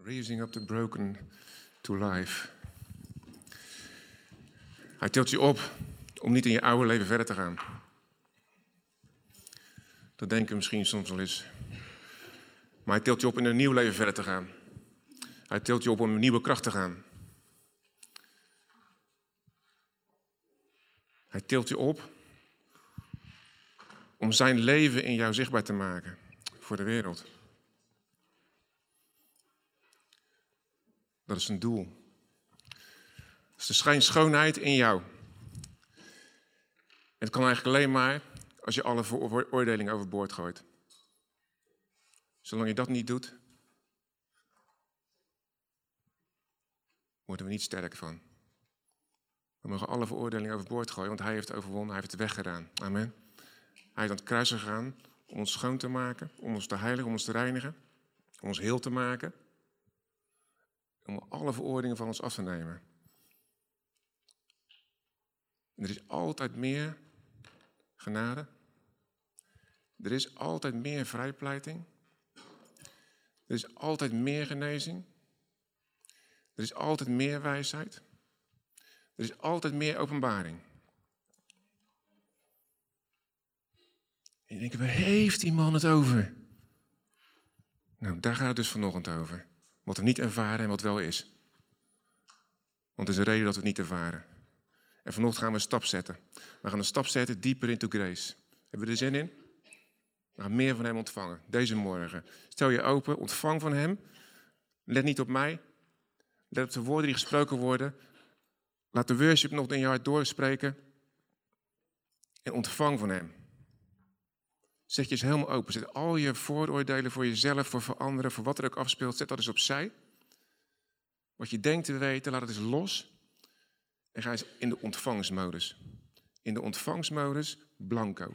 Raising up the broken to life. Hij tilt je op om niet in je oude leven verder te gaan. Dat denken we misschien soms wel eens. Maar hij tilt je op in een nieuw leven verder te gaan. Hij tilt je op om een nieuwe kracht te gaan. Hij tilt je op om zijn leven in jou zichtbaar te maken voor de wereld. Dat is een doel. Dat is de schijnschoonheid in jou. En het kan eigenlijk alleen maar als je alle veroordelingen overboord gooit. Zolang je dat niet doet, worden we niet sterk van. We mogen alle veroordelingen overboord gooien, want hij heeft overwonnen, hij heeft het weggedaan. Amen. Hij is aan het kruis gegaan om ons schoon te maken, om ons te heiligen, om ons te reinigen, om ons heel te maken. Om alle veroordelingen van ons af te nemen. En er is altijd meer genade. Er is altijd meer vrijpleiting. Er is altijd meer genezing. Er is altijd meer wijsheid. Er is altijd meer openbaring. En je denkt, waar heeft die man het over? Nou, daar gaat het dus vanochtend over. Wat we niet ervaren en wat wel is. Want er is een reden dat we het niet ervaren. En vanochtend gaan we een stap zetten. We gaan een stap zetten dieper into grace. Hebben we er zin in? We gaan meer van hem ontvangen. Deze morgen. Stel je open, ontvang van hem. Let niet op mij. Let op de woorden die gesproken worden. Laat de worship nog in je hart doorspreken. En ontvang van hem. Zet je eens helemaal open. Zet al je vooroordelen voor jezelf, voor anderen, voor wat er ook afspeelt. Zet dat eens opzij. Wat je denkt te weten, laat het eens los. En ga eens in de ontvangstmodus. In de ontvangstmodus blanco.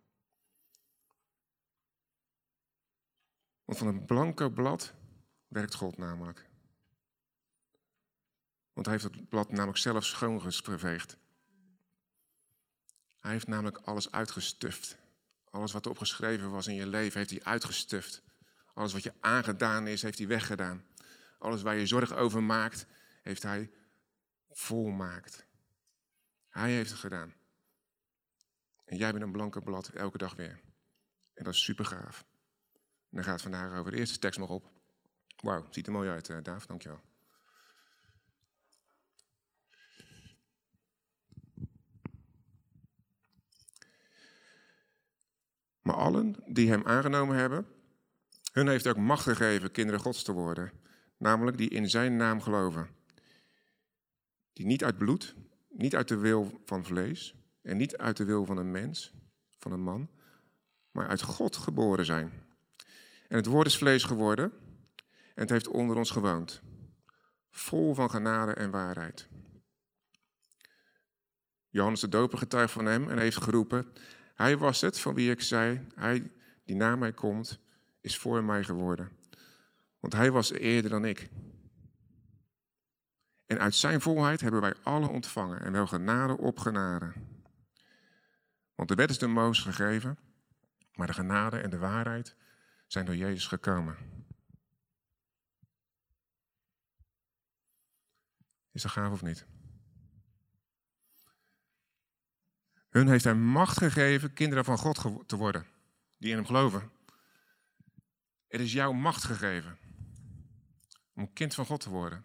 Want van een blanco blad werkt God namelijk. Want hij heeft het blad namelijk zelf schoongeveegd. Hij heeft namelijk alles uitgestuft. Alles wat erop geschreven was in je leven heeft hij uitgestuft. Alles wat je aangedaan is, heeft hij weggedaan. Alles waar je zorg over maakt, heeft hij volmaakt. Hij heeft het gedaan. En jij bent een blanke blad elke dag weer. En dat is super gaaf. En dan gaat het vandaag over de eerste tekst nog op. Wauw, ziet er mooi uit, Daaf, dankjewel. Maar allen die hem aangenomen hebben, hun heeft ook macht gegeven kinderen Gods te worden. Namelijk die in zijn naam geloven. Die niet uit bloed, niet uit de wil van vlees en niet uit de wil van een mens, van een man, maar uit God geboren zijn. En het woord is vlees geworden en het heeft onder ons gewoond. Vol van genade en waarheid. Johannes de Doper getuigt van hem en heeft geroepen: hij was het van wie ik zei, hij die na mij komt, is voor mij geworden. Want hij was eerder dan ik. En uit zijn volheid hebben wij alle ontvangen en wel genade op genade. Want de wet is door Mozes gegeven, maar de genade en de waarheid zijn door Jezus gekomen. Is dat gaaf of niet? Hun heeft hij macht gegeven kinderen van God te worden, die in hem geloven. Er is jouw macht gegeven om kind van God te worden.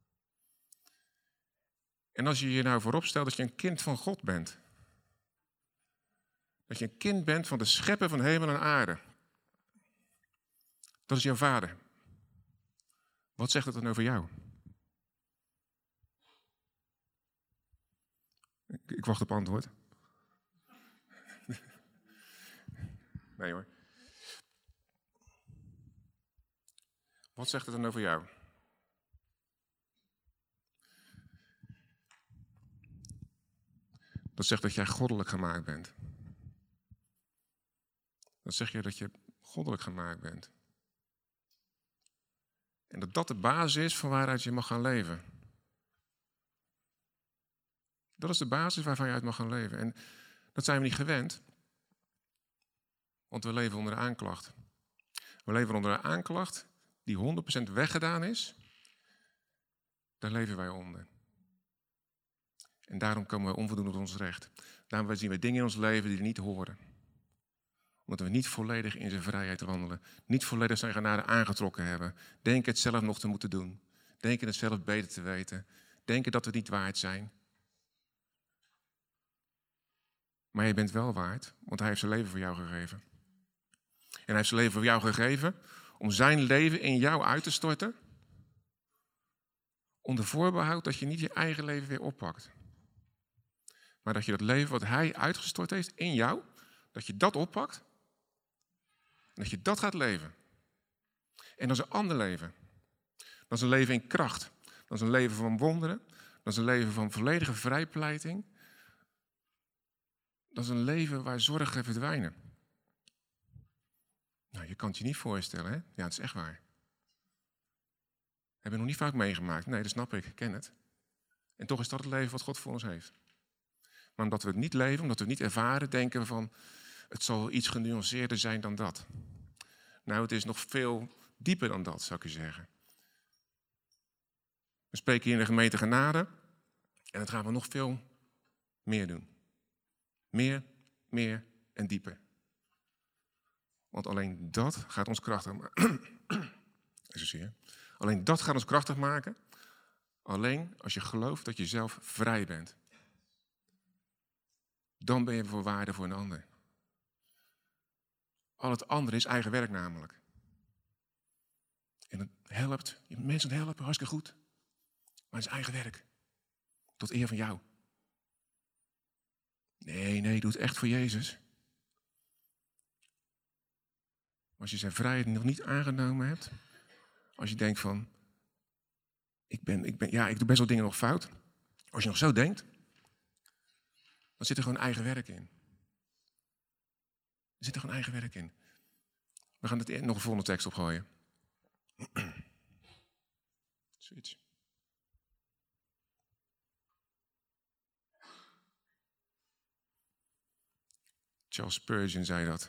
En als je je nou voorop stelt dat je een kind van God bent. Dat je een kind bent van de schepper van hemel en aarde. Dat is jouw vader. Wat zegt het dan over jou? Ik wacht op antwoord. Nee hoor. Wat zegt het dan over jou? Dat zegt dat jij goddelijk gemaakt bent. Dat zegt je dat je goddelijk gemaakt bent. En dat dat de basis is van waaruit je mag gaan leven. Dat is de basis waarvan je uit mag gaan leven. En dat zijn we niet gewend. Want we leven onder de aanklacht. We leven onder de aanklacht die 100% weggedaan is, daar leven wij onder. En daarom komen wij onvoldoende tot ons recht. Daarom zien we dingen in ons leven die er niet horen. Omdat we niet volledig in zijn vrijheid wandelen. Niet volledig zijn genade aangetrokken hebben. Denken het zelf nog te moeten doen. Denken het zelf beter te weten. Denken dat we het niet waard zijn. Maar je bent wel waard, want hij heeft zijn leven voor jou gegeven. En hij heeft zijn leven voor jou gegeven om zijn leven in jou uit te storten. Onder voorbehoud dat je niet je eigen leven weer oppakt. Maar dat je dat leven wat hij uitgestort heeft in jou, dat je dat oppakt. En dat je dat gaat leven. En dat is een ander leven. Dat is een leven in kracht. Dat is een leven van wonderen. Dat is een leven van volledige vrijpleiting. Dat is een leven waar zorgen verdwijnen. Nou, je kan het je niet voorstellen, hè? Ja, het is echt waar. Heb je nog niet vaak meegemaakt? Nee, dat snap ik. Ik ken het. En toch is dat het leven wat God voor ons heeft. Maar omdat we het niet leven, omdat we het niet ervaren, denken we van, het zal iets genuanceerder zijn dan dat. Nou, het is nog veel dieper dan dat, zou ik je zeggen. We spreken hier in de gemeente Genade en dat gaan we nog veel meer doen. Meer en dieper. Want alleen dat gaat ons krachtig maken. Alleen dat gaat ons krachtig maken. Alleen als je gelooft dat je zelf vrij bent. Dan ben je voor waarde voor een ander. Al het andere is eigen werk namelijk. En het helpt, je mensen helpen, hartstikke goed. Maar het is eigen werk. Tot eer van jou. Nee, doe het echt voor Jezus. Als je zijn vrijheid nog niet aangenomen hebt. Als je denkt van, ik doe best wel dingen nog fout. Als je nog zo denkt, dan zit er gewoon eigen werk in. Er zit er gewoon eigen werk in. We gaan nog een volgende tekst opgooien. Zoiets. Charles Spurgeon zei dat.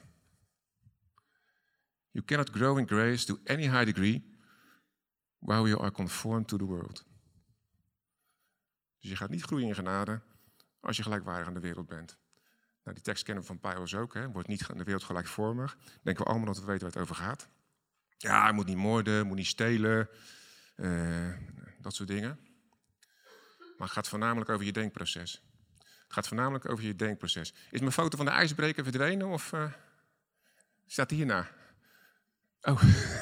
You cannot grow in grace to any high degree while you are conformed to the world. Dus je gaat niet groeien in genade als je gelijkwaardig aan de wereld bent. Nou, die tekst kennen we van Paulus ook. Hè? Wordt niet aan de wereld gelijkvormig. Denken we allemaal dat we weten waar het over gaat. Ja, je moet niet moorden, moet niet stelen. Dat soort dingen. Maar het gaat voornamelijk over je denkproces. Het gaat voornamelijk over je denkproces. Is mijn foto van de ijsbreker verdwenen of staat die hierna? Oh.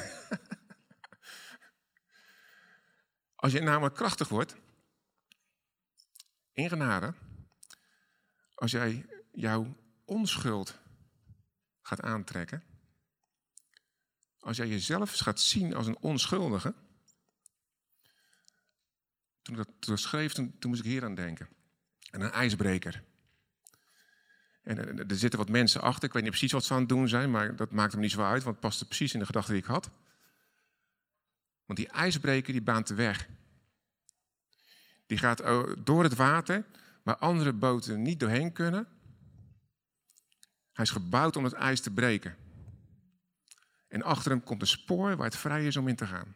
Als je namelijk krachtig wordt, in genade, als jij jouw onschuld gaat aantrekken, als jij jezelf gaat zien als een onschuldige, toen ik dat schreef, toen moest ik hier aan denken. En een ijsbreker. En er zitten wat mensen achter, ik weet niet precies wat ze aan het doen zijn, maar dat maakt hem niet zo uit, want het paste precies in de gedachte die ik had. Want die ijsbreker die baant de weg. Die gaat door het water, waar andere boten niet doorheen kunnen. Hij is gebouwd om het ijs te breken. En achter hem komt een spoor waar het vrij is om in te gaan.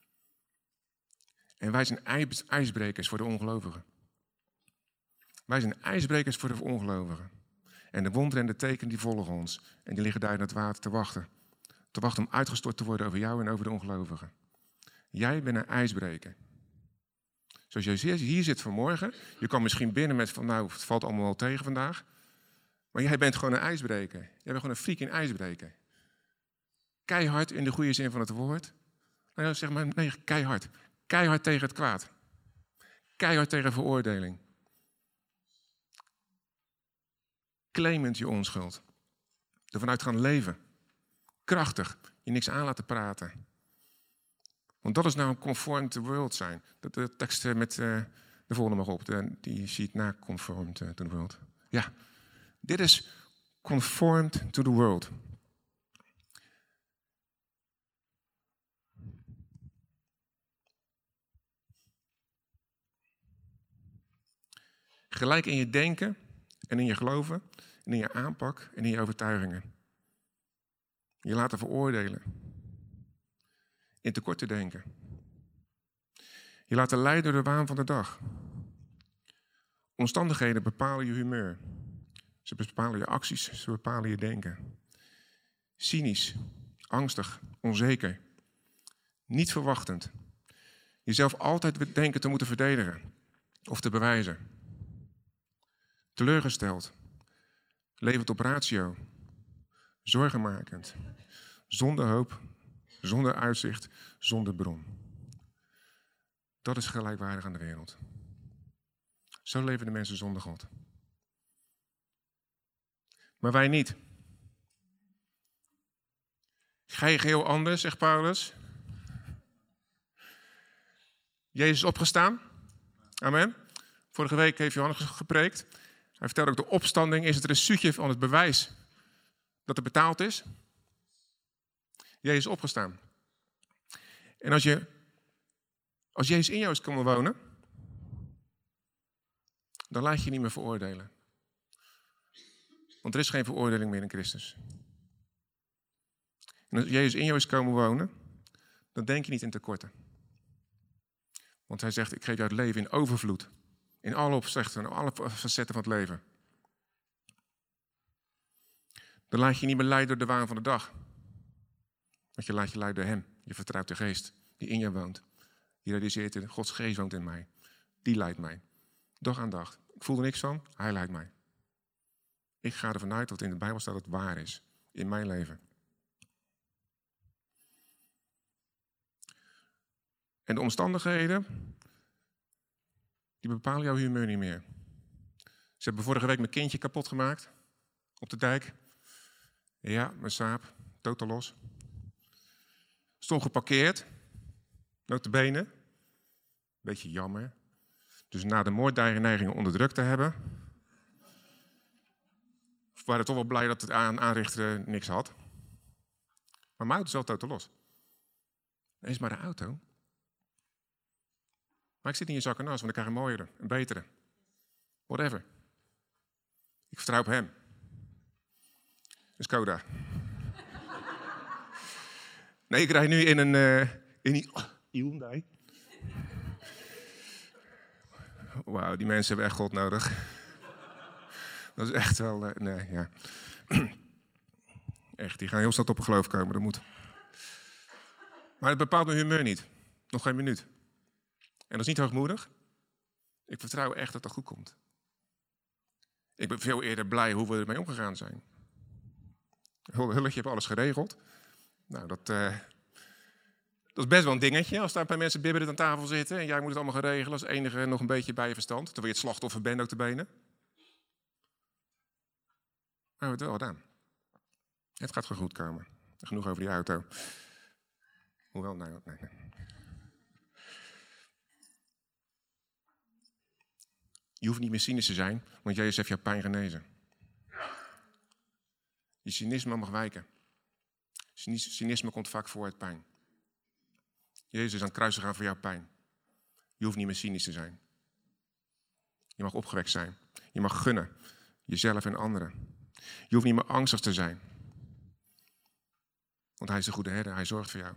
En wij zijn ijsbrekers voor de ongelovigen. Wij zijn ijsbrekers voor de ongelovigen. En de wonderen en de tekenen die volgen ons. En die liggen daar in het water te wachten. Te wachten om uitgestort te worden over jou en over de ongelovigen. Jij bent een ijsbreker. Zoals jij hier zit vanmorgen. Je kwam misschien binnen met van nou, het valt allemaal wel tegen vandaag. Maar jij bent gewoon een ijsbreker. Jij bent gewoon een freak in ijsbreker. Keihard in de goede zin van het woord. Nou, zeg maar, nee, keihard. Keihard tegen het kwaad. Keihard tegen veroordeling. Claimend je onschuld. Ervan uit gaan leven. Krachtig. Je niks aan laten praten. Want dat is nou een conform to the world zijn. De tekst met de volgende mag op. Die ziet na conform to the world. Ja, dit is conformed to the world. Gelijk in je denken en in je geloven en in je aanpak en in je overtuigingen. Je laten veroordelen. in tekort te denken. Je laten leiden door de waan van de dag. Omstandigheden bepalen je humeur. Ze bepalen je acties, ze bepalen je denken. Cynisch, angstig, onzeker. Niet verwachtend. Jezelf altijd denken te moeten verdedigen of te bewijzen. Teleurgesteld. Levend op ratio. Zorgenmakend. Zonder hoop, zonder uitzicht, zonder bron. Dat is gelijkwaardig aan de wereld. Zo leven de mensen zonder God. Maar wij niet. Ga je geheel anders, zegt Paulus. Jezus is opgestaan. Amen. Vorige week heeft Johannes gepreekt. Hij vertelde ook, de opstanding is het resuutje van het bewijs dat er betaald is. Jezus is opgestaan. En als Jezus in jou is komen wonen, dan laat je je niet meer veroordelen. Want er is geen veroordeling meer in Christus. En als Jezus in jou is komen wonen, dan denk je niet in tekorten. Want hij zegt, ik geef jou het leven in overvloed. In alle opzichten, in alle facetten van het leven. Dan laat je niet meer leiden door de waan van de dag. Want je laat je leiden door hem. Je vertrouwt de geest die in je woont. Je realiseert, Gods geest woont in mij. Die leidt mij. Dag aan dag. Ik voel er niks van, hij leidt mij. Ik ga ervan uit wat in de Bijbel staat dat het waar is. In mijn leven. En de omstandigheden, die bepalen jouw humeur niet meer. Ze hebben vorige week mijn kindje kapot gemaakt. Op de dijk. Ja, mijn saap. Totaal los. Stond geparkeerd. Nota bene. Beetje jammer. Dus na de moordneigingen onderdrukt te hebben, waren we toch wel blij dat het aanrichter niks had. Maar mijn auto is wel totaal los. Dat is maar de auto. Maar ik zit niet in zak en as, want ik krijg een mooiere, een betere. Whatever. Ik vertrouw op hem. Een Skoda. Nee, ik rijd nu in een Hyundai. Wauw, die mensen hebben echt God nodig. Dat is echt wel... nee, ja. Echt, die gaan heel snel op een geloof komen, dat moet. Maar het bepaalt mijn humeur niet. Nog geen minuut. En dat is niet hoogmoedig. Ik vertrouw echt dat dat goed komt. Ik ben veel eerder blij hoe we ermee omgegaan zijn. Hulletje heeft alles geregeld. Nou, dat is best wel een dingetje. Als daar een paar mensen bibberend aan tafel zitten en jij moet het allemaal gaan regelen, als enige nog een beetje bij je verstand. Terwijl je het slachtoffer bent, ook te benen. Maar we hebben het wel gedaan. Het gaat goed komen. Genoeg over die auto. Hoewel, nee. Je hoeft niet meer cynisch te zijn, want Jezus heeft jouw pijn genezen. Je cynisme mag wijken. Cynisme komt vaak voor uit pijn. Jezus is aan het kruis gegaan voor jouw pijn. Je hoeft niet meer cynisch te zijn. Je mag opgewekt zijn. Je mag gunnen. Jezelf en anderen. Je hoeft niet meer angstig te zijn. Want hij is de goede herder. Hij zorgt voor jou.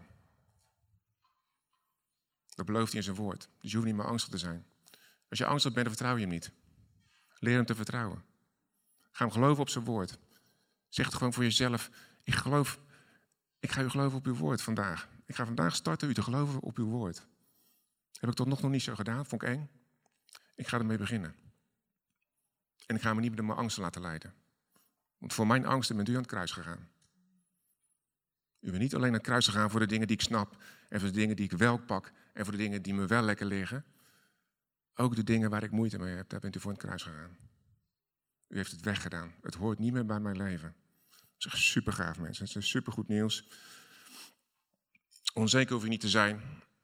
Dat belooft hij in zijn woord. Dus je hoeft niet meer angstig te zijn. Als je angstig bent, dan vertrouw je hem niet. Leer hem te vertrouwen. Ga hem geloven op zijn woord. Zeg het gewoon voor jezelf. Ik ga u geloven op uw woord vandaag. Ik ga vandaag starten u te geloven op uw woord. Heb ik tot nog niet zo gedaan. Vond ik eng. Ik ga ermee beginnen. En ik ga me niet meer door mijn angsten laten leiden. Want voor mijn angsten bent u aan het kruis gegaan. U bent niet alleen aan het kruis gegaan voor de dingen die ik snap. En voor de dingen die ik wel pak. En voor de dingen die me wel lekker liggen. Ook de dingen waar ik moeite mee heb, daar bent u voor aan het kruis gegaan. U heeft het weggedaan. Het hoort niet meer bij mijn leven. Dat is echt super gaaf, mensen. Het is super goed nieuws. Onzeker hoef je niet te zijn.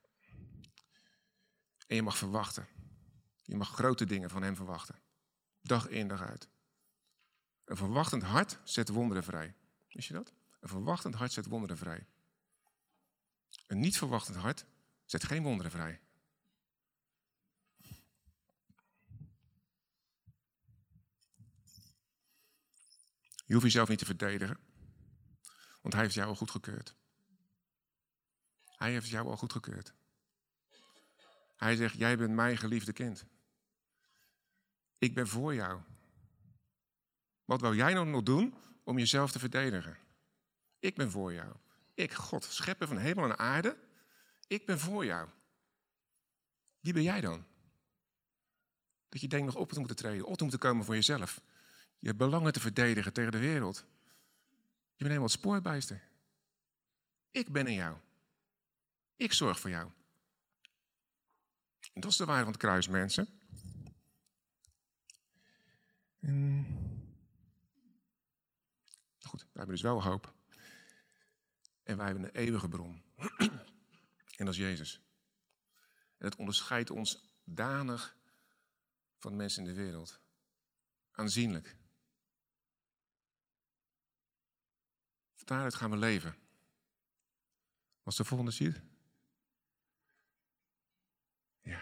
En je mag verwachten. Je mag grote dingen van hem verwachten. Dag in, dag uit. Een verwachtend hart zet wonderen vrij. Wist je dat? Een verwachtend hart zet wonderen vrij. Een niet verwachtend hart zet geen wonderen vrij. Je hoeft jezelf niet te verdedigen. Want hij heeft jou al goedgekeurd. Hij heeft jou al goedgekeurd. Hij zegt, jij bent mijn geliefde kind. Ik ben voor jou. Wat wou jij nou nog doen om jezelf te verdedigen? Ik ben voor jou. Ik, God, schepper van hemel en aarde. Ik ben voor jou. Wie ben jij dan? Dat je denkt nog op te moeten treden, op te moeten komen voor jezelf. Je belangen te verdedigen tegen de wereld. Je bent helemaal spoorbijster. Ik ben in jou. Ik zorg voor jou. En dat is de waarde van het kruis, mensen. Goed, wij hebben dus wel hoop. En wij hebben een eeuwige bron. En dat is Jezus. En dat onderscheidt ons danig van de mensen in de wereld. Aanzienlijk. Van daaruit gaan we leven. Was de volgende sheet? Ja.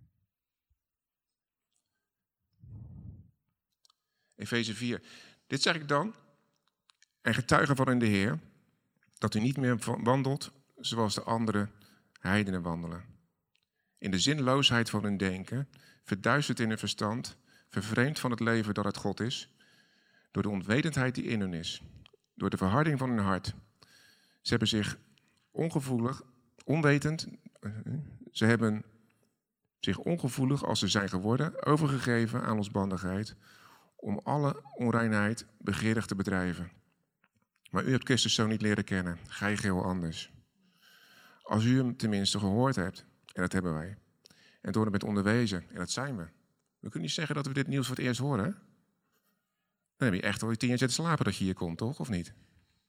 Efeze 4. Dit zeg ik dan, en getuige van in de Heer, dat u niet meer wandelt zoals de andere heidenen wandelen. In de zinloosheid van hun denken, verduisterd in hun verstand, vervreemd van het leven dat uit God is, door de onwetendheid die in hun is, door de verharding van hun hart. Ze hebben zich ze hebben zich ongevoelig als ze zijn geworden, overgegeven aan losbandigheid, om alle onreinheid begeerig te bedrijven. Maar u hebt Christus zo niet leren kennen, gij geheel anders. Als u hem tenminste gehoord hebt, en dat hebben wij, en door hem bent onderwezen, en dat zijn we. We kunnen niet zeggen dat we dit nieuws voor het eerst horen. Dan heb je echt al 10 jaar zitten slapen dat je hier komt, toch? Of niet?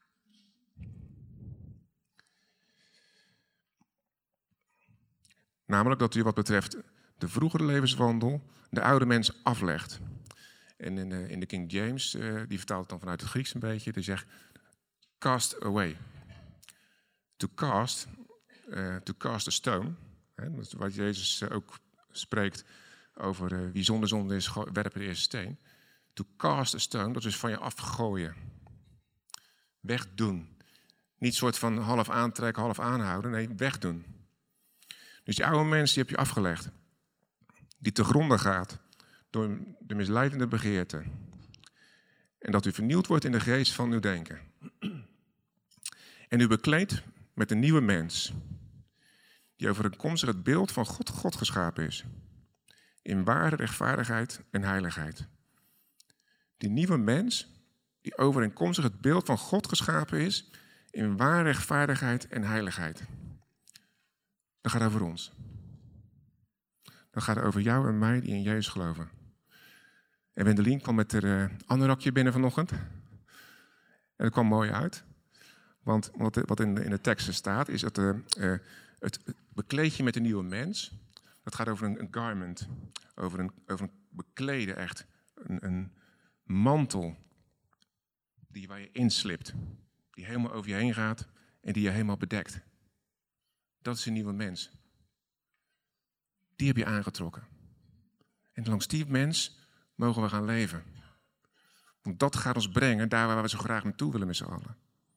Namelijk dat u wat betreft de vroegere levenswandel de oude mens aflegt. En in de King James, die vertaalt het dan vanuit het Grieks een beetje, die zegt cast away. To cast a stone. Hè, dat is wat Jezus ook spreekt over wie zonder zonde is, werpen de eerste steen. To cast a stone, dat is van je afgooien. Wegdoen. Niet soort van half aantrekken, half aanhouden. Nee, wegdoen. Dus die oude mens die heb je afgelegd. Die te gronde gaat door de misleidende begeerte. En dat u vernieuwd wordt in de geest van uw denken. En u bekleedt met een nieuwe mens. Die overeenkomstig het beeld van God geschapen is. In ware rechtvaardigheid en heiligheid. Die nieuwe mens, die overeenkomstig het beeld van God geschapen is. In ware rechtvaardigheid en heiligheid. Dat gaat over ons. Dat gaat over jou en mij die in Jezus geloven. En Wendelien kwam met haar anorakje binnen vanochtend. En dat kwam mooi uit. Want wat in de teksten staat, is dat het bekleed je met een nieuwe mens. Dat gaat over een garment. Over een bekleden echt. Een mantel waar je inslipt. Die helemaal over je heen gaat en die je helemaal bedekt. Dat is een nieuwe mens. Die heb je aangetrokken. En langs die mens mogen we gaan leven. Want dat gaat ons brengen daar waar we zo graag naartoe willen met z'n allen.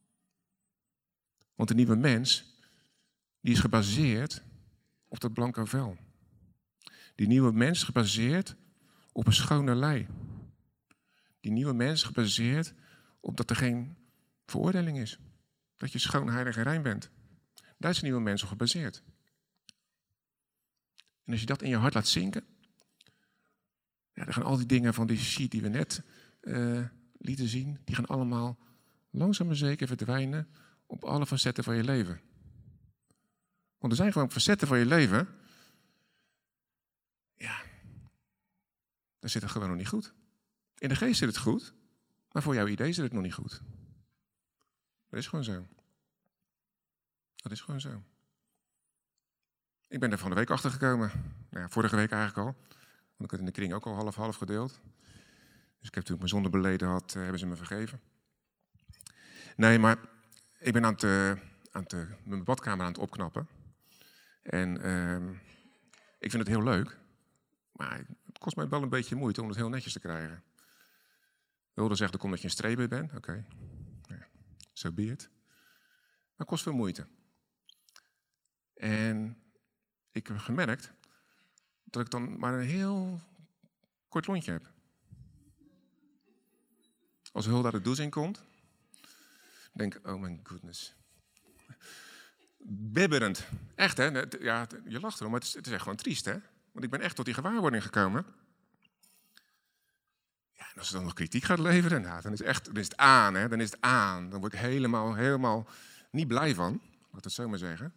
Want de nieuwe mens, die is gebaseerd op dat blanke vel. Die nieuwe mens is gebaseerd op een schone lei. Die nieuwe mens is gebaseerd op dat er geen veroordeling is. Dat je schoon, heilig en rein bent. Daar is een nieuwe mens op gebaseerd. En als je dat in je hart laat zinken, ja, dan gaan al die dingen van die sheet die we net lieten zien, die gaan allemaal langzaam maar zeker verdwijnen op alle facetten van je leven. Want er zijn gewoon facetten van je leven, ja, daar zit het gewoon nog niet goed. In de geest zit het goed, maar voor jouw idee zit het nog niet goed. Dat is gewoon zo. Dat is gewoon zo. Ik ben er van de week achter gekomen. Nou ja, vorige week eigenlijk al. Want ik had in de kring ook al half-half gedeeld. Dus ik heb toen ik mijn zonde beleden had, hebben ze me vergeven. Nee, maar ik ben mijn badkamer aan het opknappen. En ik vind het heel leuk. Maar het kost mij wel een beetje moeite om het heel netjes te krijgen. Wilde zeggen, dat komt dat je een streber bent. Oké. Ja, so be it. Maar het kost veel moeite. En ik heb gemerkt dat ik dan maar een heel kort lontje heb. Als Hulda de douche in komt, denk ik, oh my goodness. Bibberend. Echt, hè? Ja, je lacht erom, maar het is echt gewoon triest, hè? Want ik ben echt tot die gewaarwording gekomen. Ja, en als ze dan nog kritiek gaat leveren, nou, dan is het aan, hè? Dan is het aan. Dan word ik helemaal niet blij van, laat ik het zo maar zeggen.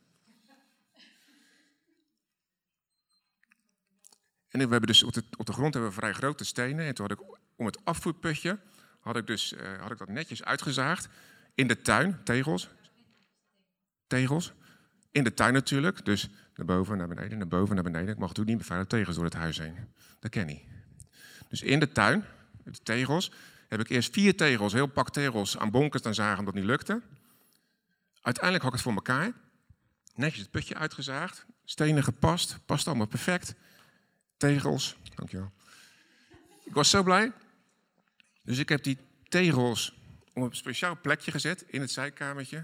En we hebben dus op de grond hebben we vrij grote stenen. En toen had ik om het afvoerputje had ik dat netjes uitgezaagd. In de tuin, tegels. In de tuin natuurlijk. Dus naar boven, naar beneden, naar boven, naar beneden. Ik mag natuurlijk niet beveiligd tegels door het huis heen. Dat ken ik. Dus in de tuin, de tegels, heb ik eerst 4 tegels, heel pak tegels aan bonkers dan zagen omdat het niet lukte. Uiteindelijk had ik het voor elkaar. Netjes het putje uitgezaagd. Stenen gepast. Past allemaal perfect. Tegels. Dankjewel. Ik was zo blij. Dus ik heb die tegels op een speciaal plekje gezet in het zijkamertje.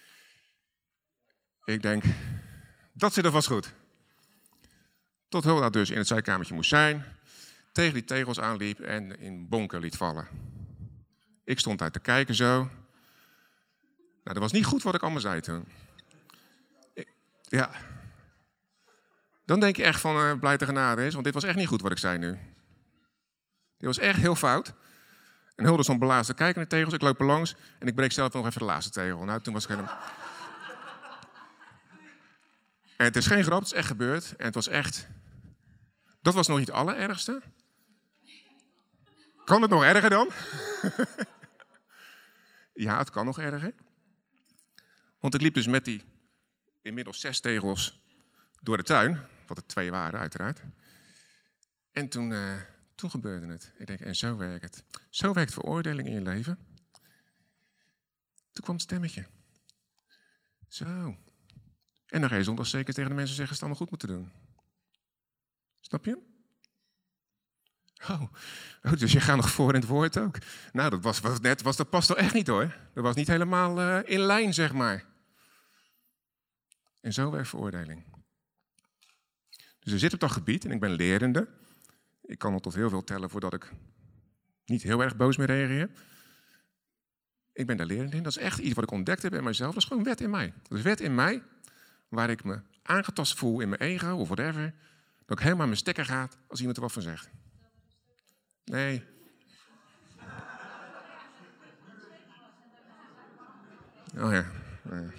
Ik denk, dat zit er vast goed. Tot Hulda dus in het zijkamertje moest zijn. Tegen die tegels aanliep en in bonken liet vallen. Ik stond uit te kijken zo. Nou, dat was niet goed wat ik allemaal zei toen. Ja. Dan denk je echt van blij te genade is, want dit was echt niet goed wat ik zei nu. Dit was echt heel fout. En Hulda stond belaasd te kijken naar de tegels. Ik loop er langs en ik breek zelf nog even de laatste tegel. Nou, toen was ik helemaal... En het is geen grap, het is echt gebeurd. En het was echt... Dat was nog niet het allerergste. Kan het nog erger dan? Ja, het kan nog erger. Want ik liep dus met die inmiddels 6 tegels door de tuin. Wat er 2 waren, uiteraard. En toen gebeurde het. Ik denk, en zo werkt het. Zo werkt veroordeling in je leven. Toen kwam het stemmetje. Zo. En dan ga je zondag zeker tegen de mensen zeggen, ze het allemaal goed moeten doen. Snap je? Oh, dus je gaat nog voor in het woord ook. Nou, dat past toch echt niet hoor. Dat was niet helemaal in lijn, zeg maar. En zo werkt veroordeling. Dus er zit op dat gebied en ik ben lerende. Ik kan al tot heel veel tellen voordat ik niet heel erg boos meer reageer. Ik ben daar lerend in. Dat is echt iets wat ik ontdekt heb in mijzelf. Dat is gewoon wet in mij. Dat is wet in mij waar ik me aangetast voel in mijn ego of whatever. Dat ik helemaal aan mijn stekker ga als iemand er wat van zegt. Nee. Oh ja. Nee.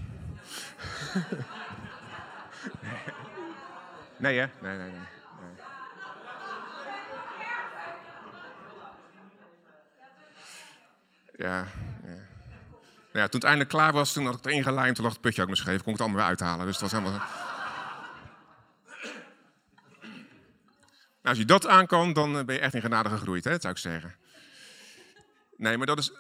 Nee hè? Nee. Ja. Nou ja, toen het eindelijk klaar was, toen had ik het erin gelijmd, toen lag het putje ook nog scheef, kon ik het allemaal weer uithalen. Dus het was helemaal... Nou, als je dat aan kan, dan ben je echt in genade gegroeid, hè, dat zou ik zeggen. Nee, maar dat is...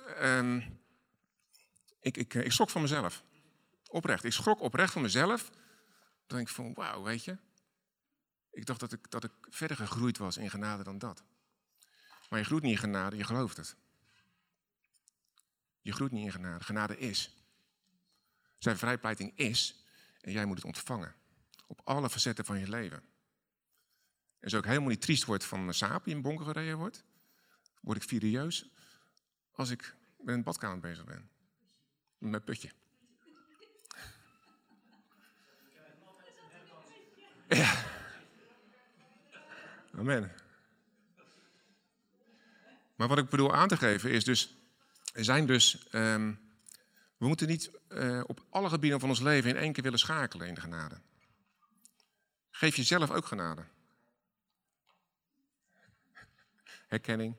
Ik schrok van mezelf. Oprecht. Ik schrok oprecht van mezelf. Dan denk ik van, wauw, weet je. Ik dacht dat ik verder gegroeid was in genade dan dat. Maar je groeit niet in genade, je gelooft het. Je groeit niet in genade. Genade is. Zijn vrijpleiting is. En jij moet het ontvangen. Op alle facetten van je leven. En zo ik helemaal niet triest word van mijn saap die in bonken gereden wordt. Word ik furieus als ik met een badkamer bezig ben. Met mijn putje. Ja. Amen. Maar wat ik bedoel aan te geven is dus... we moeten niet op alle gebieden van ons leven in één keer willen schakelen in de genade. Geef jezelf ook genade. Herkenning.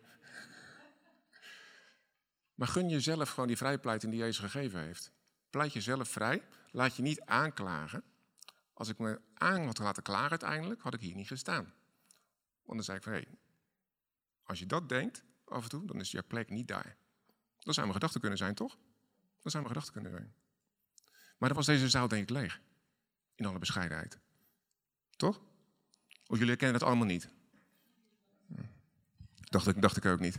Maar gun jezelf gewoon die vrijpleiting die Jezus gegeven heeft. Pleit jezelf vrij. Laat je niet aanklagen. Als ik me aan had laten klagen uiteindelijk, had ik hier niet gestaan. Want dan zei ik van, hé, als je dat denkt af en toe, dan is je plek niet daar. Dat zou mijn gedachten kunnen zijn, toch? Dat zou mijn gedachten kunnen zijn. Maar dan was deze zaal denk ik leeg. In alle bescheidenheid. Toch? Of jullie herkennen dat allemaal niet? Dacht ik ook niet.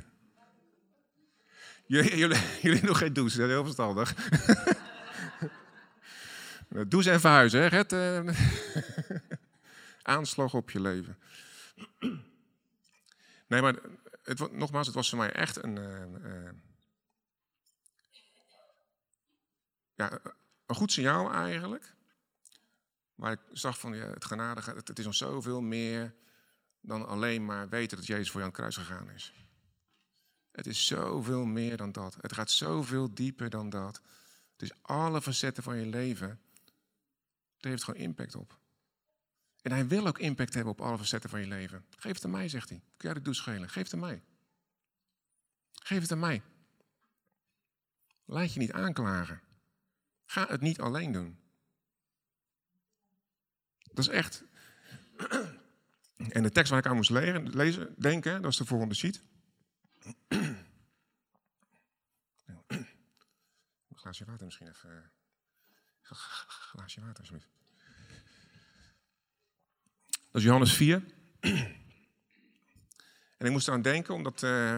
Jullie nog geen douche, dat is heel verstandig. Doe ze en verhuizen, hè? Red, aanslag op je leven. Nee, maar nogmaals, het was voor mij echt een goed signaal eigenlijk. Waar ik zag van het genadige, het is nog zoveel meer dan alleen maar weten dat Jezus voor je aan het kruis gegaan is. Het is zoveel meer dan dat. Het gaat zoveel dieper dan dat. Het is alle facetten van je leven. Het heeft gewoon impact op. En hij wil ook impact hebben op alle facetten van je leven. Geef het aan mij, zegt hij. Kun jij de doet schelen? Geef het aan mij. Geef het aan mij. Laat je niet aanklagen. Ga het niet alleen doen. Dat is echt. En de tekst waar ik aan moest denken, dat is de volgende sheet. Een glaasje water misschien even. Glaasje water, alsjeblieft. Dat is Johannes 4. En ik moest eraan denken, omdat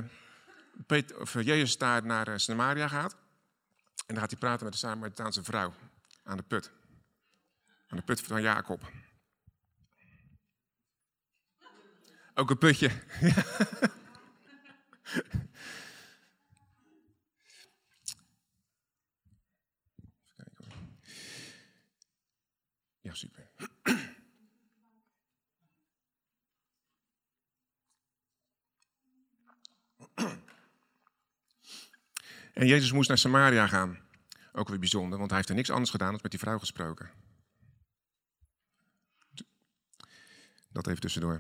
Jezus daar naar Samaria gaat. En dan gaat hij praten met de Samaritaanse vrouw aan de put. Aan de put van Jacob. Ook een putje. Ja, super. En Jezus moest naar Samaria gaan. Ook weer bijzonder, want hij heeft er niks anders gedaan dan met die vrouw gesproken. Dat even tussendoor.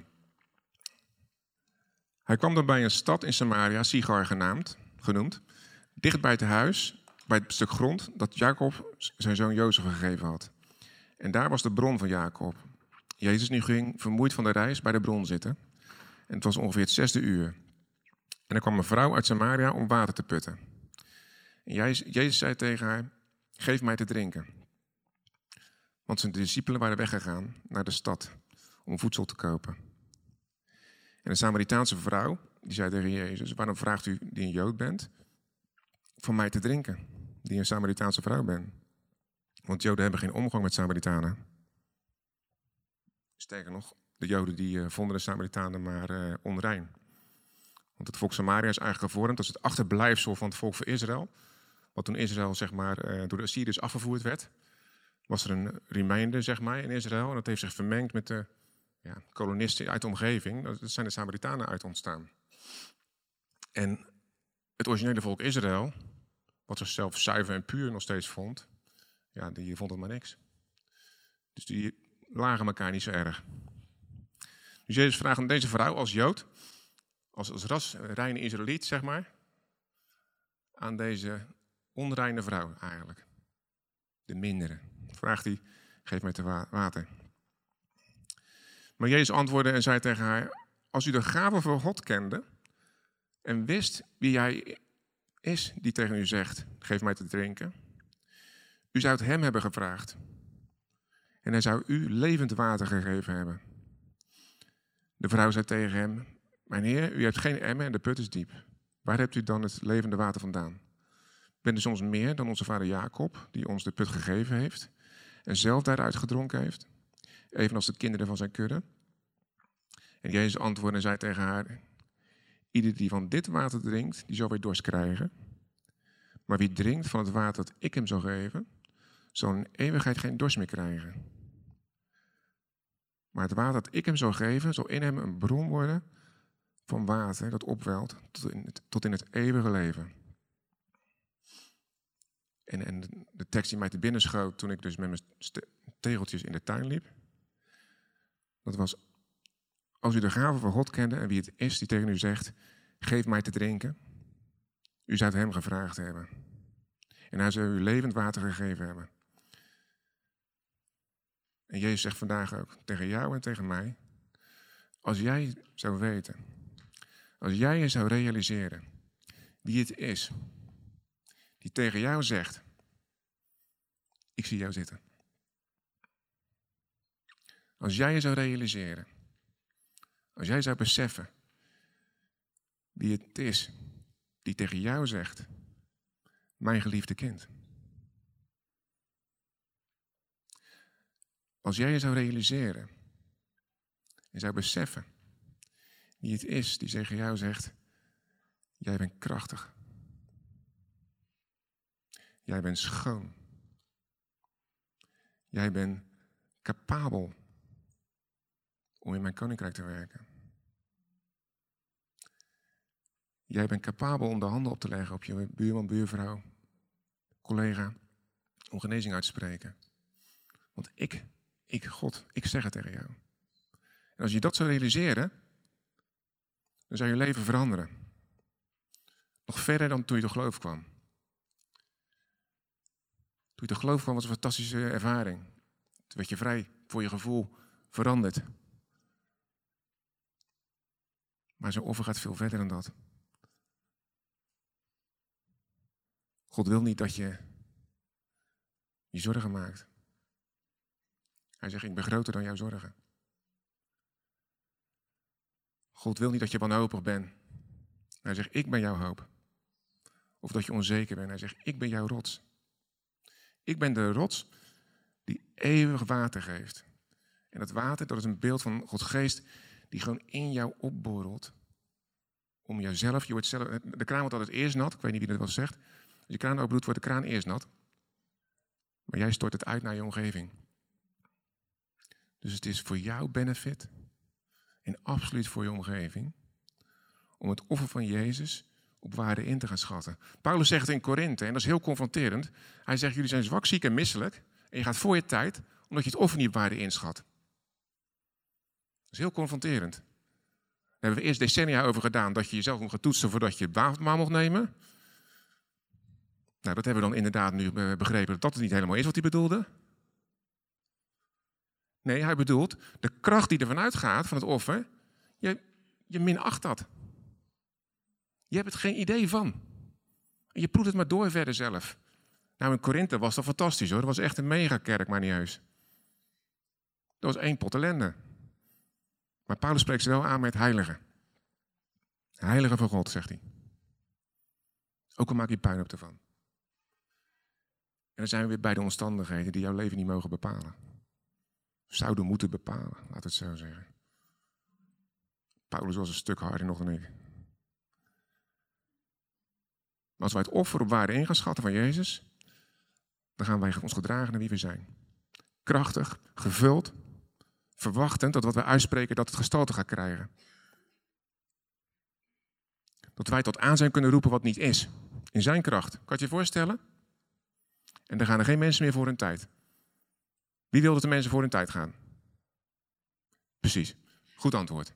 Hij kwam dan bij een stad in Samaria, Sigar genoemd, dicht bij het huis, bij het stuk grond dat Jacob zijn zoon Jozef gegeven had. En daar was de bron van Jacob. Jezus nu ging vermoeid van de reis bij de bron zitten. En het was ongeveer het 6e uur. En er kwam een vrouw uit Samaria om water te putten. En Jezus zei tegen haar, geef mij te drinken. Want zijn discipelen waren weggegaan naar de stad om voedsel te kopen. En een Samaritaanse vrouw, die zei tegen Jezus, waarom vraagt u, die een Jood bent, van mij te drinken, die een Samaritaanse vrouw bent? Want Joden hebben geen omgang met Samaritanen. Sterker nog, de Joden die vonden de Samaritanen maar onrein. Want het volk Samaria is eigenlijk gevormd als het achterblijfsel van het volk van Israël. Wat toen Israël zeg maar, door de Assyriërs afgevoerd werd, was er een remainder zeg maar, in Israël. En dat heeft zich vermengd met de kolonisten uit de omgeving. Dat zijn de Samaritanen uit ontstaan. En het originele volk Israël, wat zichzelf zuiver en puur nog steeds vond, ja, die vond het maar niks. Dus die lagen elkaar niet zo erg. Dus Jezus vraagt aan deze vrouw als Jood, als rasreine Israëliet, zeg maar, aan deze onreine vrouw eigenlijk, de mindere, vraagt hij, geef mij te water. Maar Jezus antwoordde en zei tegen haar, als u de gave van God kende en wist wie hij is die tegen u zegt, geef mij te drinken, u zou het hem hebben gevraagd en hij zou u levend water gegeven hebben. De vrouw zei tegen hem, mijn heer, u hebt geen emmer en de put is diep. Waar hebt u dan het levende water vandaan? Bent u soms meer dan onze vader Jacob, die ons de put gegeven heeft en zelf daaruit gedronken heeft, evenals de kinderen van zijn kudde? En Jezus antwoordde en zei tegen haar, ieder die van dit water drinkt, die zal weer dorst krijgen. Maar wie drinkt van het water dat ik hem zal geven, zal in eeuwigheid geen dorst meer krijgen. Maar het water dat ik hem zal geven, zal in hem een bron worden van water dat opwelt tot in het eeuwige leven. En de tekst die mij te binnen schoot toen ik dus met mijn tegeltjes in de tuin liep, dat was, als u de gave van God kende en wie het is die tegen u zegt, geef mij te drinken, u zou het hem gevraagd hebben. En hij zou u levend water gegeven hebben. En Jezus zegt vandaag ook tegen jou en tegen mij, als jij zou weten, als jij je zou realiseren wie het is die tegen jou zegt, ik zie jou zitten. Als jij je zou realiseren, als jij zou beseffen wie het is die tegen jou zegt, mijn geliefde kind. Als jij je zou realiseren en zou beseffen wie het is die tegen jou zegt, jij bent krachtig. Jij bent schoon. Jij bent capabel om in mijn koninkrijk te werken. Jij bent capabel om de handen op te leggen op je buurman, buurvrouw, collega, om genezing uit te spreken. Want God, ik zeg het tegen jou. En als je dat zou realiseren, dan zou je leven veranderen. Nog verder dan toen je tot geloof kwam. Toen je tot geloof kwam was een fantastische ervaring. Toen werd je vrij voor je gevoel veranderd. Maar zo'n offer gaat veel verder dan dat. God wil niet dat je je zorgen maakt. Hij zegt, ik ben groter dan jouw zorgen. God wil niet dat je wanhopig bent. Hij zegt, ik ben jouw hoop. Of dat je onzeker bent. Hij zegt, ik ben jouw rots. Ik ben de rots die eeuwig water geeft. En dat water, dat is een beeld van Gods geest die gewoon in jou opborrelt. Om jouzelf, je wordt zelf, de kraan wordt altijd eerst nat. Ik weet niet wie dat wel zegt. Als je kraan opendoet, wordt de kraan eerst nat. Maar jij stort het uit naar je omgeving. Dus het is voor jouw benefit en absoluut voor je omgeving om het offer van Jezus op waarde in te gaan schatten. Paulus zegt in Korinthe, en dat is heel confronterend. Hij zegt, jullie zijn zwak, ziek en misselijk. En je gaat voor je tijd, omdat je het offer niet op waarde inschat. Dat is heel confronterend. Daar hebben we eerst decennia over gedaan, dat je jezelf moet gaan toetsen voordat je het avondmaal mocht nemen. Nou, dat hebben we dan inderdaad nu begrepen dat dat niet helemaal is wat hij bedoelde. Nee, hij bedoelt de kracht die er vanuit gaat van het offer. Je minacht dat. Je hebt het geen idee van. En je proeft het maar door verder zelf. Nou, in Korinthe was dat fantastisch hoor. Dat was echt een megakerk, maar niet heus. Dat was 1 pot ellende. Maar Paulus spreekt ze wel aan met heilige. Heilige van God, zegt hij. Ook al maak je puinhoop ervan. En dan zijn we weer bij de omstandigheden die jouw leven niet mogen bepalen. Zouden moeten bepalen, laat het zo zeggen. Paulus was een stuk harder nog dan ik. Maar als wij het offer op waarde in gaan schatten van Jezus, dan gaan wij ons gedragen naar wie we zijn. Krachtig, gevuld, verwachtend dat wat wij uitspreken dat het gestalte gaat krijgen. Dat wij tot aanzijn kunnen roepen wat niet is. In zijn kracht. Kan je het je voorstellen? En dan gaan er geen mensen meer voor hun tijd. Wie wil dat de mensen voor hun tijd gaan? Precies. Goed antwoord.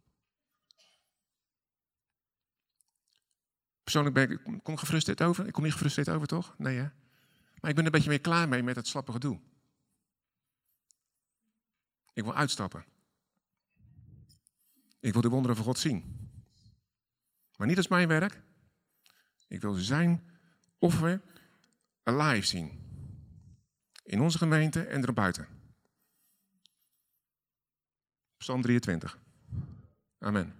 Persoonlijk kom ik gefrustreerd over. Ik kom niet gefrustreerd over, toch? Nee, hè? Maar ik ben er een beetje meer klaar mee met het slappe gedoe. Ik wil uitstappen. Ik wil de wonderen van God zien. Maar niet als mijn werk. Ik wil zijn offer alive zien. In onze gemeente en erbuiten. Psalm 23. Amen.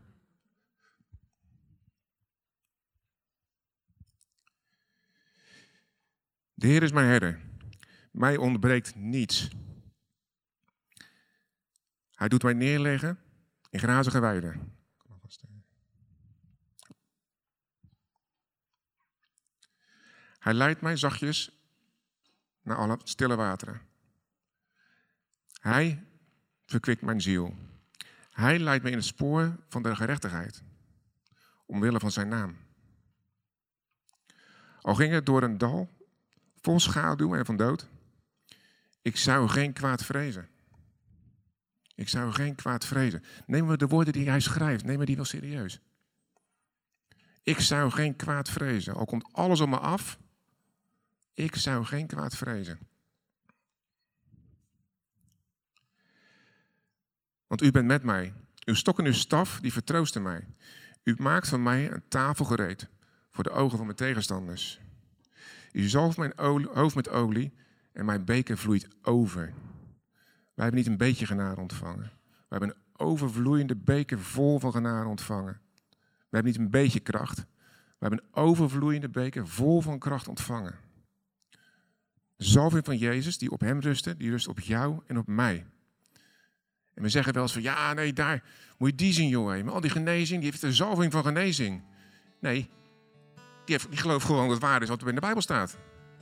De Heer is mijn herder. Mij ontbreekt niets. Hij doet mij neerleggen in grazige weiden. Hij leidt mij zachtjes naar alle stille wateren. Hij verkwikt mijn ziel. Hij leidt me in het spoor van de gerechtigheid. Omwille van zijn naam. Al ging het door een dal vol schaduw en van dood. Ik zou geen kwaad vrezen. Ik zou geen kwaad vrezen. Nemen we de woorden die hij schrijft, nemen we die wel serieus. Ik zou geen kwaad vrezen. Al komt alles op me af. Ik zou geen kwaad vrezen. Want u bent met mij. Uw stok en uw staf, die vertroosten mij. U maakt van mij een tafel gereed voor de ogen van mijn tegenstanders. U zalft mijn hoofd met olie en mijn beker vloeit over. Wij hebben niet een beetje genade ontvangen. We hebben een overvloeiende beker vol van genade ontvangen. We hebben niet een beetje kracht. We hebben een overvloeiende beker vol van kracht ontvangen. De zalving van Jezus die op hem rustte, die rust op jou en op mij. En we zeggen wel eens van, ja, nee, daar moet je die zien, jongen. Maar al die genezing, die heeft de zalving van genezing. Nee, die gelooft gewoon dat het waar is wat er in de Bijbel staat.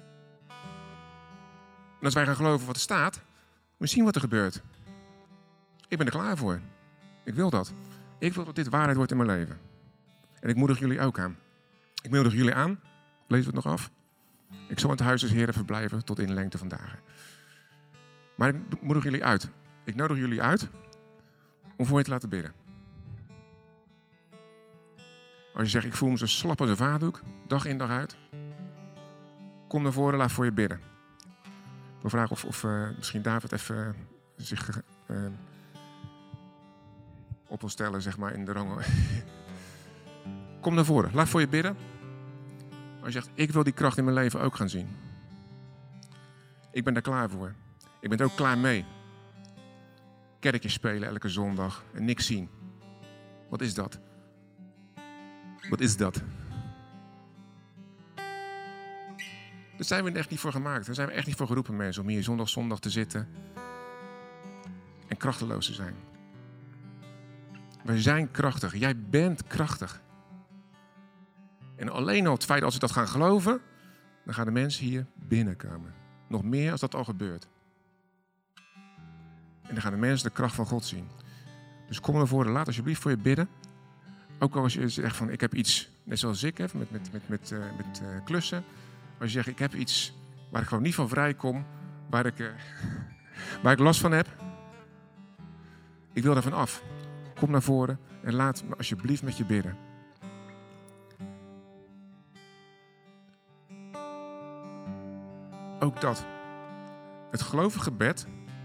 En als wij gaan geloven wat er staat, moet je zien wat er gebeurt. Ik ben er klaar voor. Ik wil dat. Ik wil dat dit waarheid wordt in mijn leven. En ik moedig jullie ook aan. Ik moedig jullie aan. Lezen we het nog af? Ik zal in het huis des Heren verblijven tot in de lengte van dagen. Maar ik moedig jullie uit. Ik nodig jullie uit om voor je te laten bidden. Als je zegt, ik voel me zo slap als een vaatdoek, dag in dag uit. Kom naar voren, laat voor je bidden. Ik wil vragen of misschien David even zich op wil stellen, zeg maar, in de rang. Kom naar voren, laat voor je bidden. Als je zegt, ik wil die kracht in mijn leven ook gaan zien. Ik ben daar klaar voor. Ik ben er ook klaar mee. Kerkje spelen elke zondag en niks zien. Wat is dat? Wat is dat? Daar zijn we echt niet voor gemaakt. Daar zijn we echt niet voor geroepen, mensen, om hier zondag te zitten en krachteloos te zijn. We zijn krachtig. Jij bent krachtig. En alleen al het feit als we dat gaan geloven, dan gaan de mensen hier binnenkomen. Nog meer als dat al gebeurt. En dan gaan de mensen de kracht van God zien. Dus kom naar voren, laat alsjeblieft voor je bidden. Ook als je zegt van, ik heb iets, net zoals ik heb, met klussen. Als je zegt, ik heb iets waar ik gewoon niet van vrij kom, waar ik last van heb. Ik wil daarvan af. Kom naar voren en laat me alsjeblieft met je bidden. Ook dat. Het gelovige gebed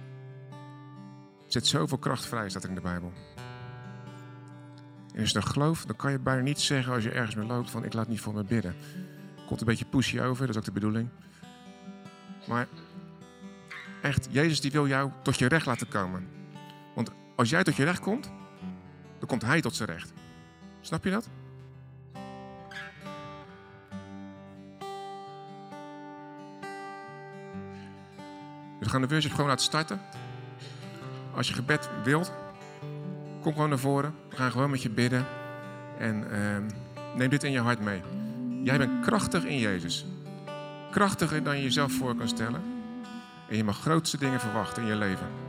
zet zoveel kracht vrij, staat er in de Bijbel. En als je dat gelooft, dan kan je bijna niet zeggen als je ergens mee loopt van, ik laat niet voor me bidden. Komt een beetje pushy over, dat is ook de bedoeling. Maar echt, Jezus die wil jou tot je recht laten komen. Want als jij tot je recht komt, dan komt Hij tot zijn recht. Snap je dat? Dus we gaan de worship gewoon laten starten. Als je gebed wilt, kom gewoon naar voren. We gaan gewoon met je bidden. En neem dit in je hart mee. Jij bent krachtig in Jezus. Krachtiger dan je jezelf voor kan stellen. En je mag grootste dingen verwachten in je leven.